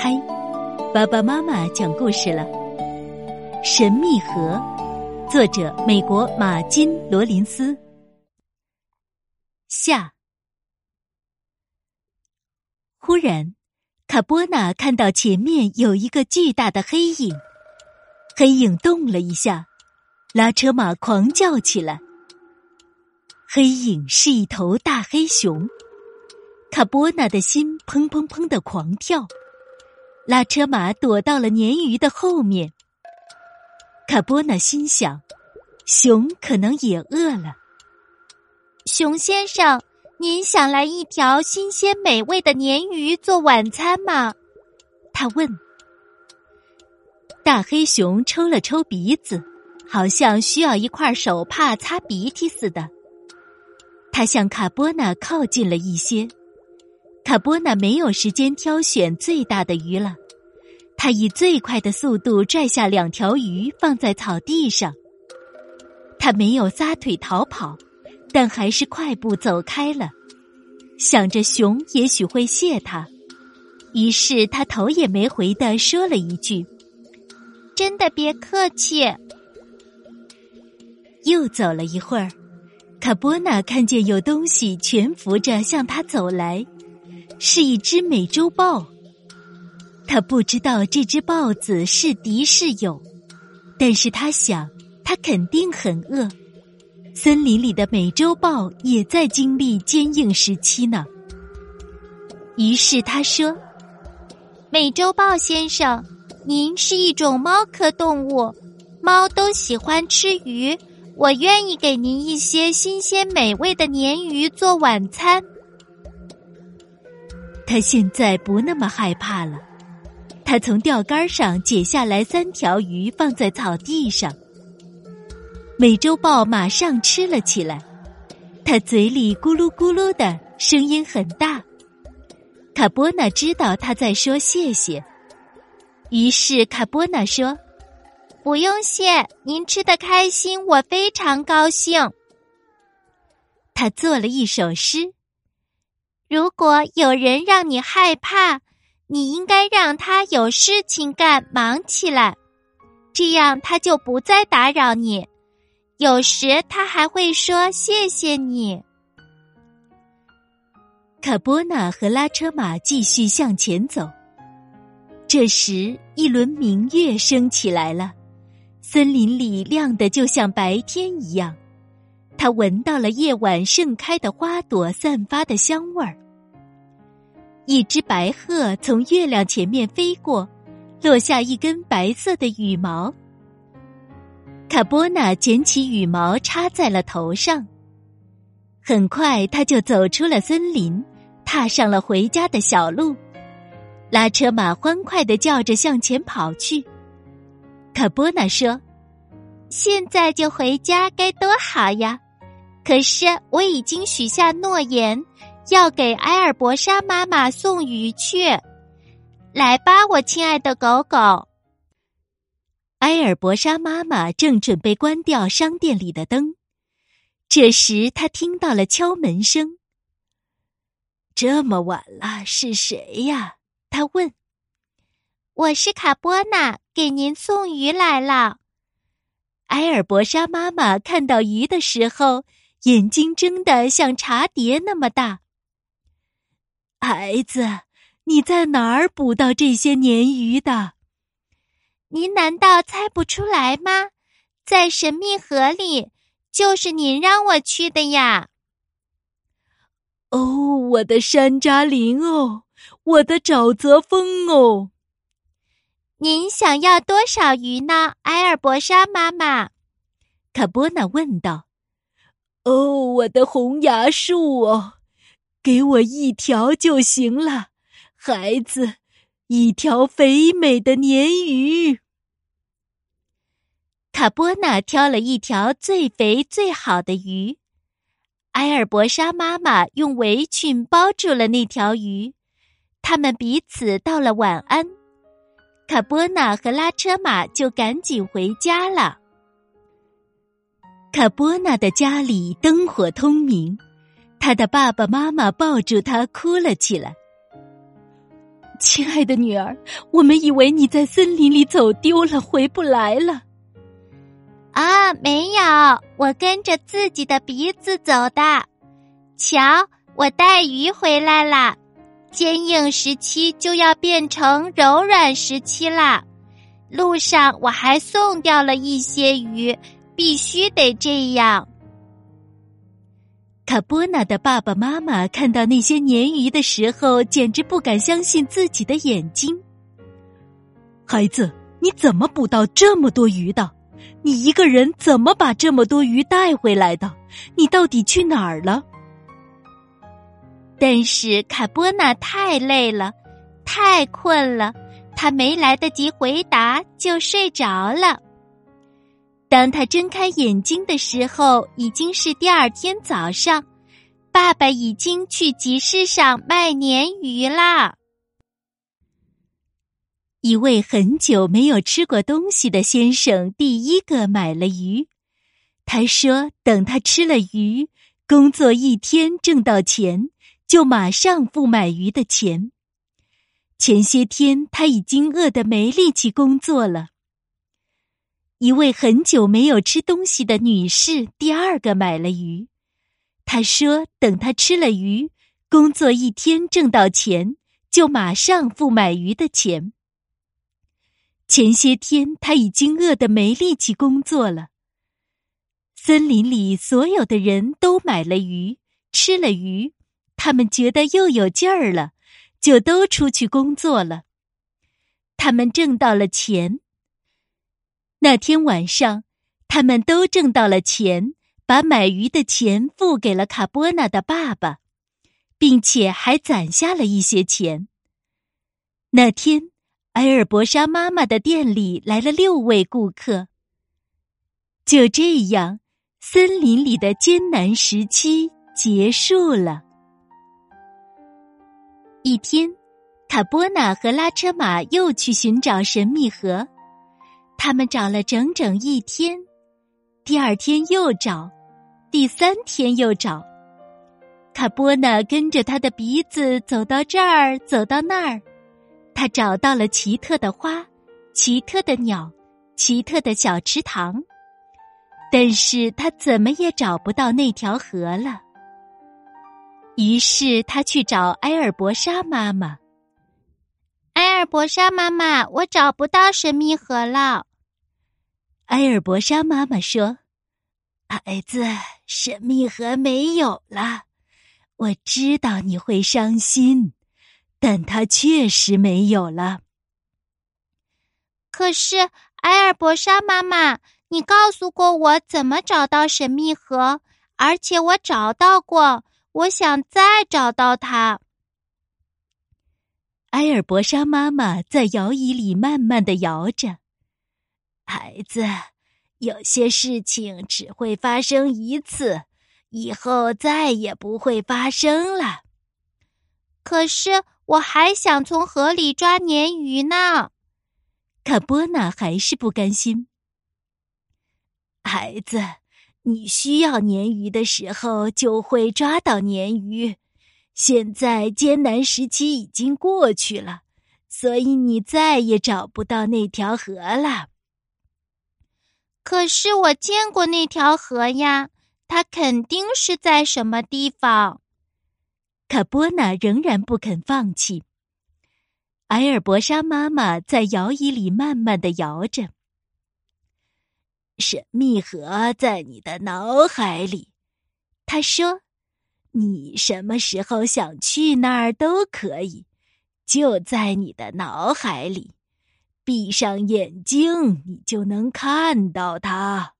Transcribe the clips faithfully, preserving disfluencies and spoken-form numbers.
嗨，爸爸妈妈讲故事了。神秘河，作者美国马金·罗林斯。下。忽然，卡波纳看到前面有一个巨大的黑影，黑影动了一下，拉车马狂叫起来。黑影是一头大黑熊，卡波纳的心砰砰砰地狂跳。拉车马躲到了鲶鱼的后面。卡波纳心想，熊可能也饿了。 熊先生，您想来一条新鲜美味的鲶鱼做晚餐吗？ 他问。大黑熊抽了抽鼻子，好像需要一块手帕擦鼻涕似的。他向卡波纳靠近了一些。卡波纳没有时间挑选最大的鱼了，他以最快的速度拽下两条鱼放在草地上。他没有撒腿逃跑，但还是快步走开了，想着熊也许会谢他。于是他头也没回地说了一句： 真的别客气。 又走了一会儿，卡波纳看见有东西蜷伏着向他走来，是一只美洲豹。他不知道这只豹子是敌是友，但是他想，它肯定很饿。森林里的美洲豹也在经历坚硬时期呢。于是他说： 美洲豹先生，您是一种猫科动物，猫都喜欢吃鱼，我愿意给您一些新鲜美味的鲶鱼做晚餐。 他现在不那么害怕了。他从钓竿上解下来三条鱼放在草地上。美洲豹马上吃了起来，它嘴里咕噜咕噜的，声音很大。卡波纳知道他在说谢谢，于是卡波纳说： 不用谢，您吃得开心，我非常高兴。 他做了一首诗： 如果有人让你害怕，你应该让他有事情干，忙起来，这样他就不再打扰你。有时他还会说谢谢你。 卡波纳和拉车马继续向前走。这时，一轮明月升起来了，森林里亮得就像白天一样。他闻到了夜晚盛开的花朵散发的香味儿。一只白鹤从月亮前面飞过，落下一根白色的羽毛。卡波纳捡起羽毛插在了头上。很快他就走出了森林，踏上了回家的小路。拉车马欢快地叫着向前跑去。卡波纳说： 现在就回家该多好呀！可是我已经许下诺言，要给埃尔博莎妈妈送鱼去。来吧，我亲爱的狗狗。 埃尔博莎妈妈正准备关掉商店里的灯，这时她听到了敲门声。这么晚了，是谁呀？她问。 我是卡波纳，给您送鱼来了。 埃尔博莎妈妈看到鱼的时候，眼睛睁得像茶碟那么大。孩子，你在哪儿捕到这些鲶鱼的？ 您难道猜不出来吗？在神秘河里，就是您让我去的呀。 哦，我的山楂林哦，我的沼泽风哦。 您想要多少鱼呢，埃尔博莎妈妈？ 卡波纳问道。哦，我的红芽树哦，给我一条就行了，孩子，一条肥美的鲶鱼。卡波纳挑了一条最肥最好的鱼。埃尔博莎妈妈用围裙包住了那条鱼，他们彼此道了晚安。卡波纳和拉车马就赶紧回家了。卡波纳的家里灯火通明，他的爸爸妈妈抱住他哭了起来。 亲爱的女儿，我们以为你在森林里走丢了，回不来了。 啊，没有，我跟着自己的鼻子走的。瞧，我带鱼回来了，坚硬时期就要变成柔软时期啦。路上我还送掉了一些鱼，必须得这样。 卡波娜的爸爸妈妈看到那些鲶鱼的时候，简直不敢相信自己的眼睛。孩子，你怎么捕到这么多鱼的？你一个人怎么把这么多鱼带回来的？你到底去哪儿了？ 但是卡波娜太累了，太困了，她没来得及回答就睡着了。当他睁开眼睛的时候，已经是第二天早上，爸爸已经去集市上卖鲶鱼啦。 一位很久没有吃过东西的先生第一个买了鱼，他说等他吃了鱼，工作一天挣到钱，就马上付买鱼的钱。前些天他已经饿得没力气工作了。一位很久没有吃东西的女士第二个买了鱼，她说等她吃了鱼，工作一天挣到钱，就马上付买鱼的钱。前些天她已经饿得没力气工作了。森林里所有的人都买了鱼，吃了鱼，他们觉得又有劲儿了，就都出去工作了。他们挣到了钱。那天晚上，他们都挣到了钱，把买鱼的钱付给了卡波娜的爸爸，并且还攒下了一些钱。那天，埃尔博莎妈妈的店里来了六位顾客。就这样，森林里的艰难时期结束了。一天，卡波娜和拉车马又去寻找神秘河。他们找了整整一天，第二天又找，第三天又找。卡波娜跟着他的鼻子走到这儿，走到那儿。他找到了奇特的花，奇特的鸟，奇特的小池塘。但是他怎么也找不到那条河了。于是他去找埃尔博莎妈妈。 埃尔博莎妈妈，我找不到神秘河了。 埃尔博莎妈妈说：“孩子，神秘河没有了。我知道你会伤心，但它确实没有了。” 可是，埃尔博莎妈妈，你告诉过我怎么找到神秘河，而且我找到过，我想再找到它。 埃尔博莎妈妈在摇椅里慢慢地摇着。孩子，有些事情只会发生一次，以后再也不会发生了。 可是我还想从河里抓鲶鱼呢。 卡波娜还是不甘心。孩子，你需要鲶鱼的时候就会抓到鲶鱼。现在艰难时期已经过去了，所以你再也找不到那条河了。 可是我见过那条河呀，它肯定是在什么地方。 卡波娜仍然不肯放弃。埃尔博莎妈妈在摇椅里慢慢地摇着。神秘河在你的脑海里，她说，你什么时候想去那儿都可以，就在你的脑海里。闭上眼睛，你就能看到它。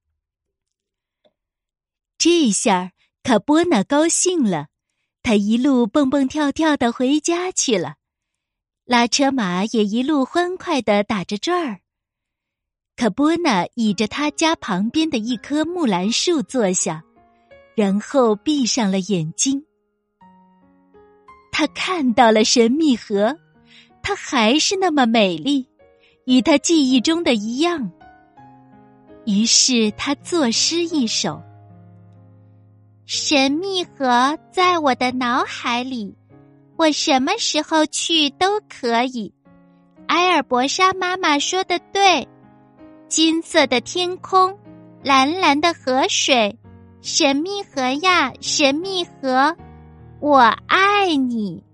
这下卡波娜高兴了，他一路蹦蹦跳跳地回家去了。拉车马也一路欢快地打着转儿。卡波娜倚着他家旁边的一棵木兰树坐下，然后闭上了眼睛。他看到了神秘河，它还是那么美丽，与他记忆中的一样。于是他作诗一首：神秘河在我的脑海里， 我什么时候去都可以。埃尔博莎妈妈说的对，金色的天空，蓝蓝的河水，神秘河呀，神秘河，我爱你。